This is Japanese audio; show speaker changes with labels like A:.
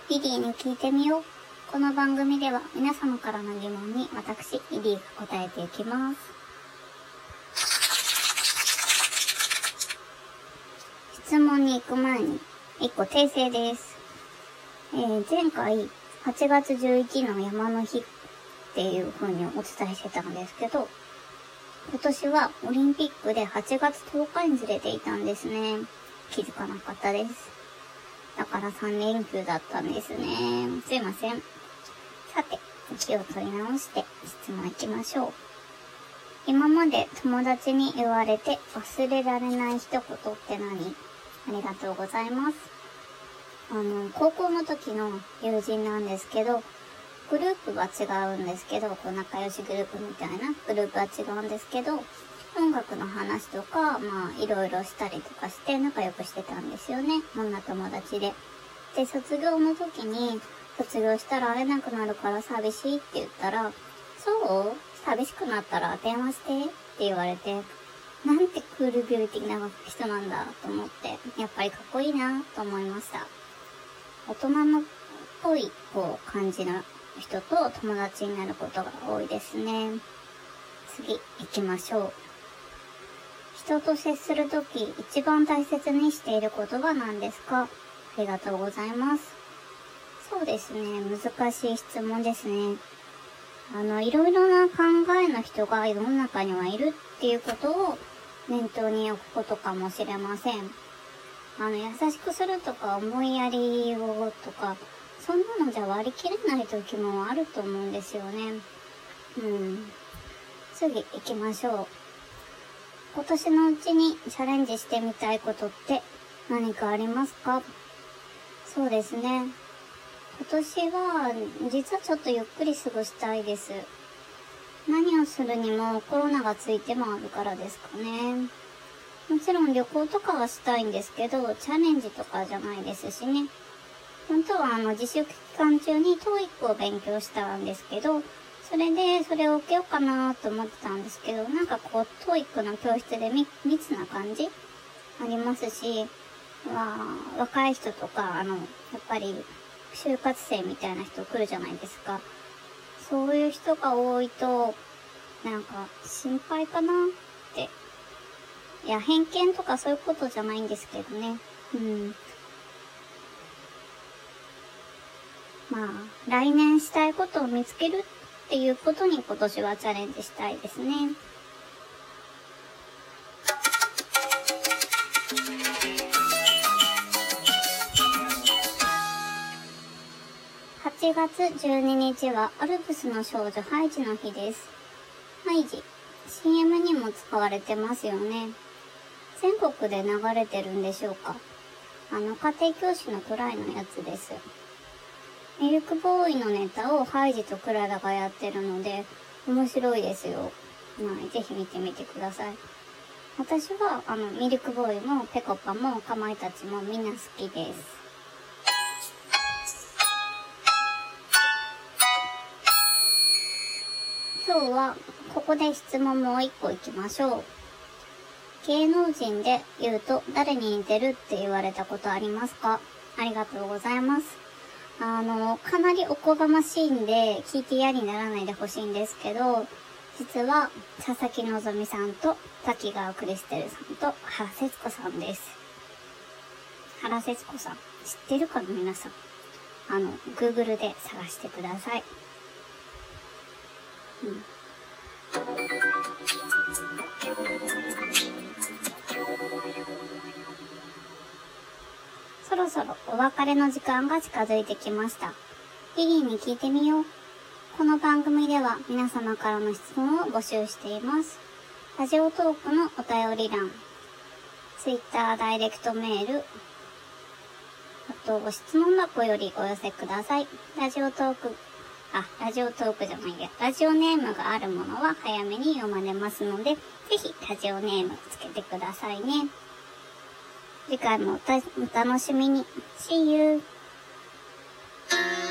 A: リリーに聞いてみよう。この番組では皆様からの疑問に私、リリーが答えていきます。質問に行く前に1個訂正です。前回8月11の山の日っていう風にお伝えしてたんですけど、今年はオリンピックで8月10日にずれていたんですね。気づかなかったです。だから3連休だったんですね。すいません。さて、気を取り直して質問いきましょう。今まで友達に言われて忘れられない一言って何？ありがとうございます。高校の時の友人なんですけど、グループは違うんですけど、仲良しグループみたいなグループは違うんですけど、音楽の話とか、いろいろしたりとかして仲良くしてたんですよね。女友達で。で、卒業の時に、卒業したら会えなくなるから寂しいって言ったら、そう？寂しくなったら電話してって言われて、なんてクールビューティーな人なんだと思って、やっぱりかっこいいなと思いました。大人のっぽい感じの人と友達になることが多いですね。次行きましょう。人と接するとき一番大切にしていることは何ですか？ありがとうございます。そうですね、難しい質問ですね。いろいろな考えの人が世の中にはいるっていうことを念頭に置くことかもしれません。優しくするとか思いやりをとか、そんなのじゃ割り切れない時もあると思うんですよね。次行きましょう。今年のうちにチャレンジしてみたいことって何かありますか？そうですね。今年は実はちょっとゆっくり過ごしたいです。何をするにもコロナがついて回るからですかね。もちろん旅行とかはしたいんですけど、チャレンジとかじゃないですしね。本当は自粛期間中に TOEIC を勉強したんですけど、それを受けようかなと思ってたんですけど、TOEIC の教室で密な感じありますし、若い人とか、やっぱり、就活生みたいな人来るじゃないですか。そういう人が多いと、心配かなって。いや、偏見とかそういうことじゃないんですけどね。来年したいことを見つけるっていうことに今年はチャレンジしたいですね。8月12日はアルプスの少女ハイジの日です。ハイジ、CM にも使われてますよね。全国で流れてるんでしょうか？家庭教師のトライのやつです。ミルクボーイのネタをハイジとクララがやってるので面白いですよ。ぜひ見てみてください。私はミルクボーイもペコパもかまいたちもみんな好きです。今日はここで質問もう一個いきましょう。芸能人で言うと誰に似てるって言われたことありますか？ありがとうございます。かなりおこがましいんで聞いて嫌にならないでほしいんですけど、実は佐々木希さんと滝川クリステルさんと原節子さんです。原節子さん知ってるかな皆さん。Google で探してください。そろそろお別れの時間が近づいてきました。リリーに聞いてみよう。この番組では皆様からの質問を募集しています。ラジオトークのお便り欄、Twitter ダイレクトメール、質問箱よりお寄せください。ラジオネームがあるものは早めに読まれますので、ぜひラジオネームつけてくださいね。次回もお楽しみに。See you!